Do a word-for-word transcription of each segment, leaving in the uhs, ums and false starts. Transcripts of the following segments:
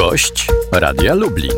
Gość Radia Lublin.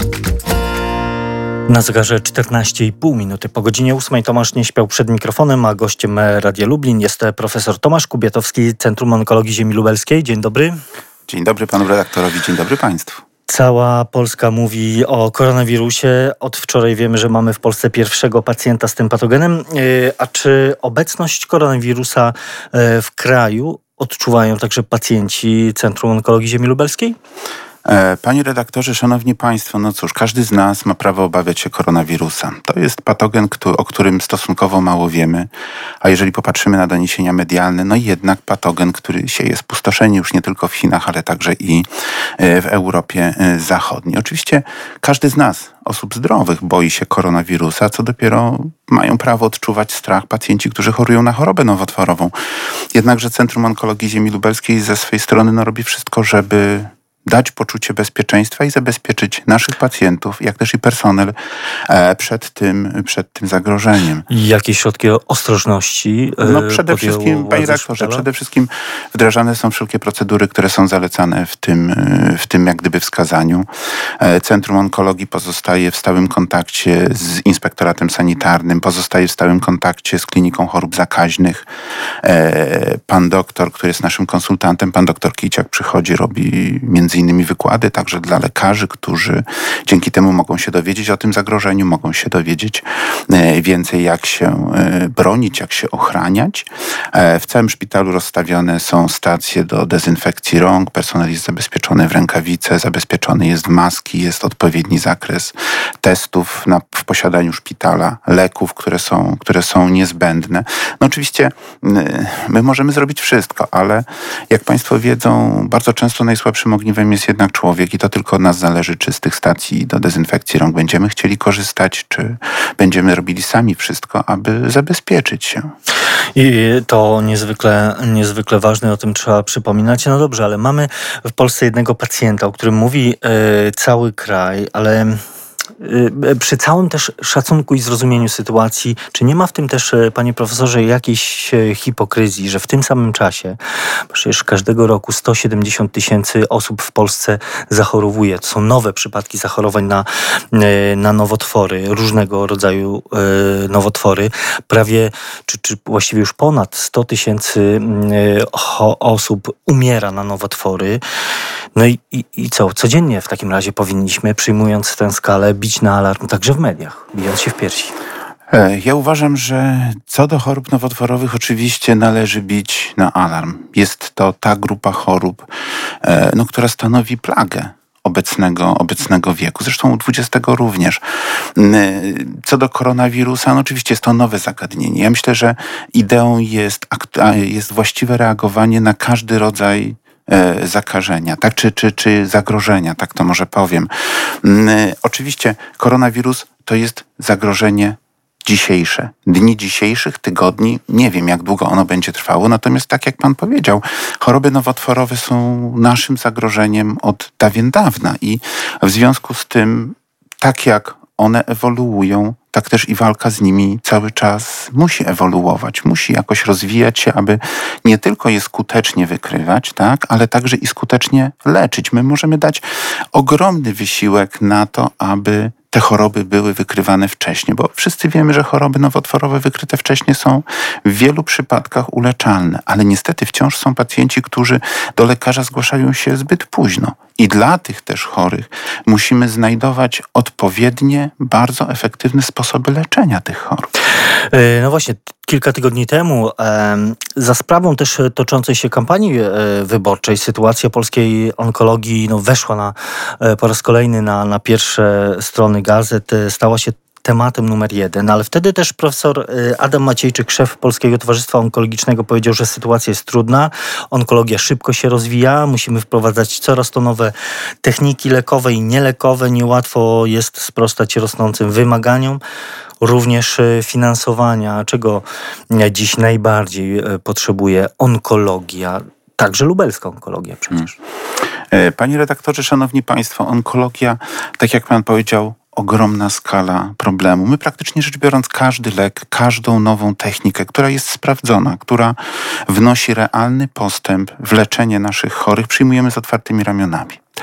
Na zegarze czternaście i pół minuty po godzinie ósmej. Tomasz nie śpiał przed mikrofonem, a gościem Radia Lublin jest profesor Tomasz Kubiatowski, Centrum Onkologii Ziemi Lubelskiej. Dzień dobry. Dzień dobry panu redaktorowi, dzień dobry państwu. Cała Polska mówi o koronawirusie. Od wczoraj wiemy, że mamy w Polsce pierwszego pacjenta z tym patogenem. A czy obecność koronawirusa w kraju odczuwają także pacjenci Centrum Onkologii Ziemi Lubelskiej? Panie redaktorze, szanowni państwo, no cóż, każdy z nas ma prawo obawiać się koronawirusa. To jest patogen, o którym stosunkowo mało wiemy, a jeżeli popatrzymy na doniesienia medialne, no jednak patogen, który sieje spustoszenie już nie tylko w Chinach, ale także i w Europie Zachodniej. Oczywiście każdy z nas, osób zdrowych, boi się koronawirusa, co dopiero mają prawo odczuwać strach pacjenci, którzy chorują na chorobę nowotworową. Jednakże Centrum Onkologii Ziemi Lubelskiej ze swojej strony no, robi wszystko, żeby dać poczucie bezpieczeństwa i zabezpieczyć naszych pacjentów, jak też i personel e, przed tym, przed tym zagrożeniem. I jakie środki ostrożności e, No przede wszystkim, panie redaktorze, przede wszystkim wdrażane są wszelkie procedury, które są zalecane w tym, w tym jak gdyby wskazaniu. E, Centrum Onkologii pozostaje w stałym kontakcie z inspektoratem sanitarnym, pozostaje w stałym kontakcie z kliniką chorób zakaźnych. E, pan doktor, który jest naszym konsultantem, pan doktor Kiciak przychodzi, robi między innymi wykłady także dla lekarzy, którzy dzięki temu mogą się dowiedzieć o tym zagrożeniu, mogą się dowiedzieć więcej, jak się bronić, jak się ochraniać. W całym szpitalu rozstawione są stacje do dezynfekcji rąk, personel jest zabezpieczony w rękawice, zabezpieczony jest w maski, jest odpowiedni zakres testów na, w posiadaniu szpitala, leków, które są, które są niezbędne. No oczywiście my możemy zrobić wszystko, ale jak państwo wiedzą, bardzo często najsłabszym ogniwem jest jednak człowiek i to tylko od nas zależy, czy z tych stacji do dezynfekcji rąk będziemy chcieli korzystać, czy będziemy robili sami wszystko, aby zabezpieczyć się. I to niezwykle, niezwykle ważne, o tym trzeba przypominać. No dobrze, ale mamy w Polsce jednego pacjenta, o którym mówi yy, cały kraj, ale przy całym też szacunku i zrozumieniu sytuacji, czy nie ma w tym też, panie profesorze, jakiejś hipokryzji, że w tym samym czasie, przecież każdego roku sto siedemdziesiąt tysięcy osób w Polsce zachorowuje. To są nowe przypadki zachorowań na, na nowotwory, różnego rodzaju nowotwory. Prawie, czy, czy właściwie już ponad sto tysięcy osób umiera na nowotwory. No i, i, i co? Codziennie w takim razie powinniśmy, przyjmując tę skalę, bić na alarm także w mediach, bijąc się w piersi. Ja uważam, że co do chorób nowotworowych oczywiście należy bić na alarm. Jest to ta grupa chorób, no, która stanowi plagę obecnego, obecnego wieku. Zresztą u dwudziestego również. Co do koronawirusa, no oczywiście jest to nowe zagadnienie. Ja myślę, że ideą jest, jest właściwe reagowanie na każdy rodzaj zakażenia, tak, czy, czy, czy zagrożenia, tak to może powiem. Oczywiście koronawirus to jest zagrożenie dzisiejsze. Dni dzisiejszych, tygodni, nie wiem jak długo ono będzie trwało, natomiast tak jak pan powiedział, choroby nowotworowe są naszym zagrożeniem od dawien dawna i w związku z tym, tak jak one ewoluują, tak też i walka z nimi cały czas musi ewoluować, musi jakoś rozwijać się, aby nie tylko je skutecznie wykrywać, tak, ale także i skutecznie leczyć. My możemy dać ogromny wysiłek na to, aby te choroby były wykrywane wcześniej, bo wszyscy wiemy, że choroby nowotworowe wykryte wcześniej są w wielu przypadkach uleczalne, ale niestety wciąż są pacjenci, którzy do lekarza zgłaszają się zbyt późno. I dla tych też chorych musimy znajdować odpowiednie, bardzo efektywne sposoby leczenia tych chorób. No właśnie, kilka tygodni temu za sprawą też toczącej się kampanii wyborczej sytuacja polskiej onkologii no, weszła na, po raz kolejny na, na pierwsze strony gazet, stała się tematem numer jeden, ale wtedy też profesor Adam Maciejczyk, szef Polskiego Towarzystwa Onkologicznego, powiedział, że sytuacja jest trudna, onkologia szybko się rozwija, musimy wprowadzać coraz to nowe techniki lekowe i nielekowe, niełatwo jest sprostać rosnącym wymaganiom. Również finansowania, czego dziś najbardziej potrzebuje onkologia, także lubelska onkologia przecież. Panie redaktorze, szanowni państwo, onkologia, tak jak pan powiedział, ogromna skala problemu. My praktycznie rzecz biorąc każdy lek, każdą nową technikę, która jest sprawdzona, która wnosi realny postęp w leczenie naszych chorych, przyjmujemy z otwartymi ramionami.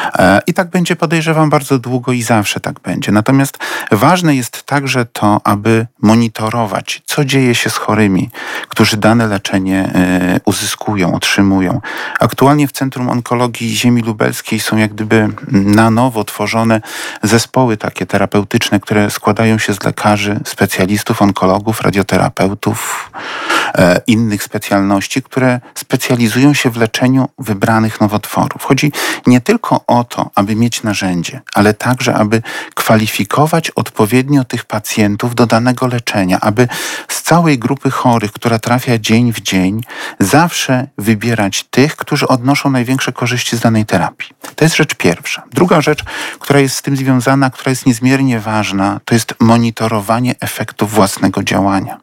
I tak będzie, podejrzewam, bardzo długo i zawsze tak będzie. Natomiast ważne jest także to, aby monitorować, co dzieje się z chorymi, którzy dane leczenie uzyskują, otrzymują. Aktualnie w Centrum Onkologii Ziemi Lubelskiej są jak gdyby na nowo tworzone zespoły takie terapeutyczne, które składają się z lekarzy, specjalistów, onkologów, radioterapeutów, e, innych specjalności, które specjalizują się w leczeniu wybranych nowotworów. Chodzi nie tylko o to, aby mieć narzędzie, ale także, aby kwalifikować odpowiednio tych pacjentów do danego leczenia, aby z całej grupy chorych, która trafia dzień w dzień, zawsze wybierać tych, którzy odnoszą największe korzyści z danej terapii. To jest rzecz pierwsza. Druga rzecz, która jest z tym związana, która jest niezmiernie ważna, to jest monitorowanie efektów własnego działania.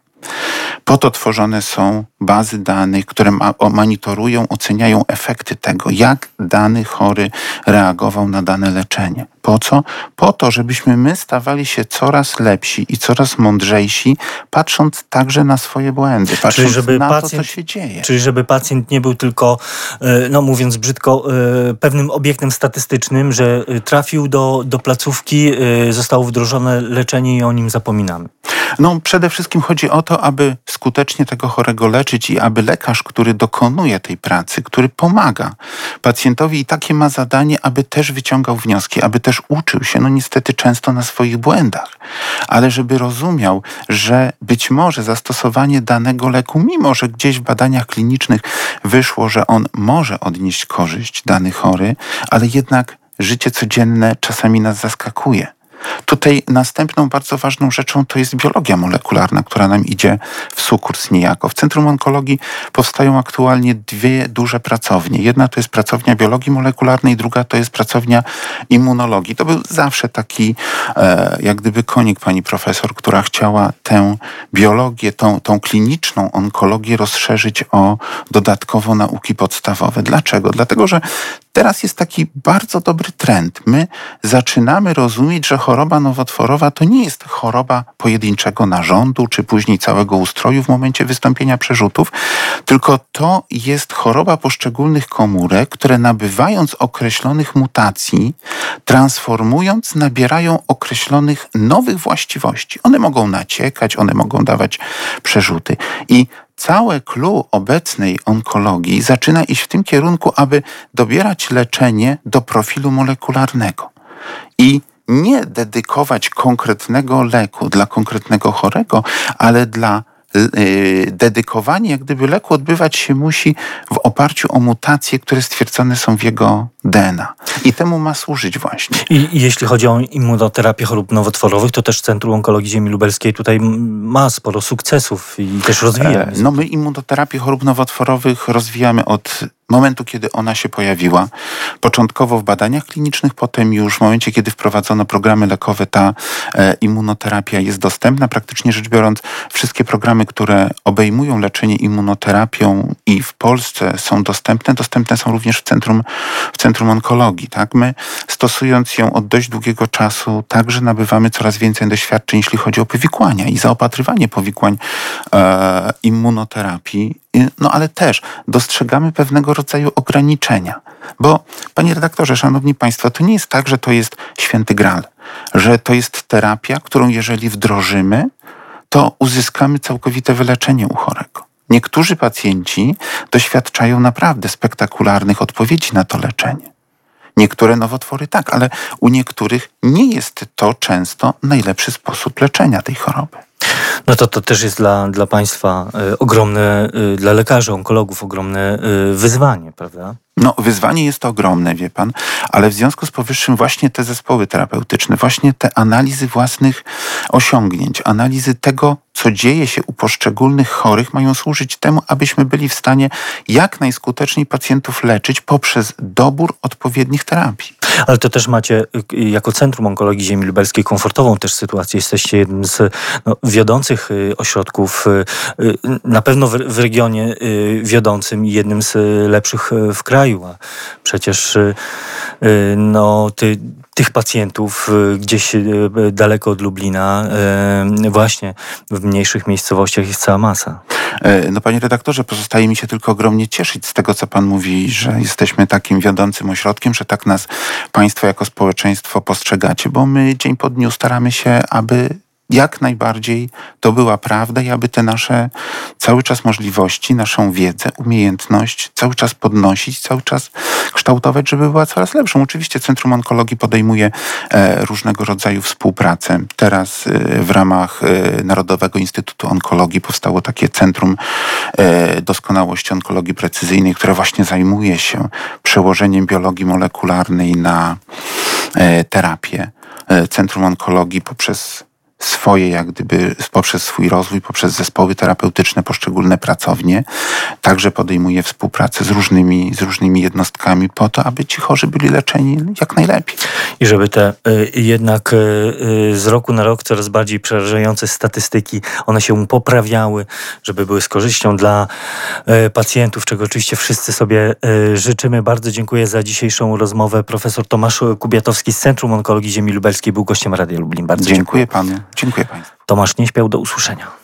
Po to tworzone są bazy danych, które ma, o, monitorują, oceniają efekty tego, jak dany chory reagował na dane leczenie. Po co? Po to, żebyśmy my stawali się coraz lepsi i coraz mądrzejsi, patrząc także na swoje błędy, patrząc czyli żeby na pacjent, to, co się dzieje. Czyli żeby pacjent nie był tylko, no mówiąc brzydko, pewnym obiektem statystycznym, że trafił do, do placówki, zostało wdrożone leczenie i o nim zapominamy. No przede wszystkim chodzi o to, aby skutecznie tego chorego leczyć i aby lekarz, który dokonuje tej pracy, który pomaga pacjentowi i takie ma zadanie, aby też wyciągał wnioski, aby też uczył się, no niestety często na swoich błędach, ale żeby rozumiał, że być może zastosowanie danego leku, mimo że gdzieś w badaniach klinicznych wyszło, że on może odnieść korzyść dany chory, ale jednak życie codzienne czasami nas zaskakuje. Tutaj następną bardzo ważną rzeczą to jest biologia molekularna, która nam idzie w sukurs niejako. W Centrum Onkologii powstają aktualnie dwie duże pracownie. Jedna to jest pracownia biologii molekularnej, druga to jest pracownia immunologii. To był zawsze taki e, jak gdyby konik pani profesor, która chciała tę biologię, tą, tą kliniczną onkologię rozszerzyć o dodatkowo nauki podstawowe. Dlaczego? Dlatego, że teraz jest taki bardzo dobry trend. My zaczynamy rozumieć, że choroba nowotworowa to nie jest choroba pojedynczego narządu, czy później całego ustroju w momencie wystąpienia przerzutów, tylko to jest choroba poszczególnych komórek, które nabywając określonych mutacji, transformując, nabierają określonych nowych właściwości. One mogą naciekać, one mogą dawać przerzuty. I całe clue obecnej onkologii zaczyna iść w tym kierunku, aby dobierać leczenie do profilu molekularnego i nie dedykować konkretnego leku dla konkretnego chorego, ale dla yy, dedykowanie jak gdyby leku odbywać się musi w oparciu o mutacje, które stwierdzone są w jego D N A. I temu ma służyć właśnie. I, i jeśli chodzi o immunoterapię chorób nowotworowych, to też Centrum Onkologii Ziemi Lubelskiej tutaj ma sporo sukcesów i też rozwija. E, no my immunoterapię chorób nowotworowych rozwijamy od momentu, kiedy ona się pojawiła. Początkowo w badaniach klinicznych, potem już w momencie, kiedy wprowadzono programy lekowe, ta e, immunoterapia jest dostępna. Praktycznie rzecz biorąc, wszystkie programy, które obejmują leczenie immunoterapią i w Polsce są dostępne, dostępne są również w Centrum, w Centrum Onkologii. Tak? My stosując ją od dość długiego czasu, także nabywamy coraz więcej doświadczeń, jeśli chodzi o powikłania i zaopatrywanie powikłań e, immunoterapii. No ale też dostrzegamy pewnego rodzaju ograniczenia. Bo, panie redaktorze, szanowni państwo, to nie jest tak, że to jest święty gral, że to jest terapia, którą jeżeli wdrożymy, to uzyskamy całkowite wyleczenie u chorego. Niektórzy pacjenci doświadczają naprawdę spektakularnych odpowiedzi na to leczenie. Niektóre nowotwory tak, ale u niektórych nie jest to często najlepszy sposób leczenia tej choroby. No to to też jest dla, dla państwa y, ogromne, y, dla lekarzy, onkologów ogromne y, wyzwanie, prawda? No, wyzwanie jest ogromne, wie pan, ale w związku z powyższym właśnie te zespoły terapeutyczne, właśnie te analizy własnych osiągnięć, analizy tego, co dzieje się u poszczególnych chorych, mają służyć temu, abyśmy byli w stanie jak najskuteczniej pacjentów leczyć poprzez dobór odpowiednich terapii. Ale to też macie, jako Centrum Onkologii Ziemi Lubelskiej, komfortową też sytuację. Jesteście jednym z no, wiodących ośrodków, na pewno w, w regionie wiodącym i jednym z lepszych w kraju. kraju, a przecież no, ty, tych pacjentów gdzieś daleko od Lublina, właśnie w mniejszych miejscowościach jest cała masa. No panie redaktorze, pozostaje mi się tylko ogromnie cieszyć z tego, co pan mówi, że jesteśmy takim wiodącym ośrodkiem, że tak nas państwo jako społeczeństwo postrzegacie, bo my dzień po dniu staramy się, aby jak najbardziej to była prawda i aby te nasze cały czas możliwości, naszą wiedzę, umiejętność cały czas podnosić, cały czas kształtować, żeby była coraz lepszą. Oczywiście Centrum Onkologii podejmuje e, różnego rodzaju współpracę. Teraz e, w ramach e, Narodowego Instytutu Onkologii powstało takie Centrum e, Doskonałości Onkologii Precyzyjnej, które właśnie zajmuje się przełożeniem biologii molekularnej na e, terapię. E, Centrum Onkologii poprzez swoje, jak gdyby poprzez swój rozwój, poprzez zespoły terapeutyczne, poszczególne pracownie, także podejmuje współpracę z różnymi, z różnymi jednostkami po to, aby ci chorzy byli leczeni jak najlepiej. I żeby te y, jednak y, y, z roku na rok coraz bardziej przerażające statystyki, one się poprawiały, żeby były z korzyścią dla y, pacjentów, czego oczywiście wszyscy sobie y, życzymy. Bardzo dziękuję za dzisiejszą rozmowę. Profesor Tomasz Kubiatowski z Centrum Onkologii Ziemi Lubelskiej był gościem Radia Lublin. Bardzo dziękuję. Dziękuję panu. Dziękuję państwu. Tomasz nie śpiał, do usłyszenia.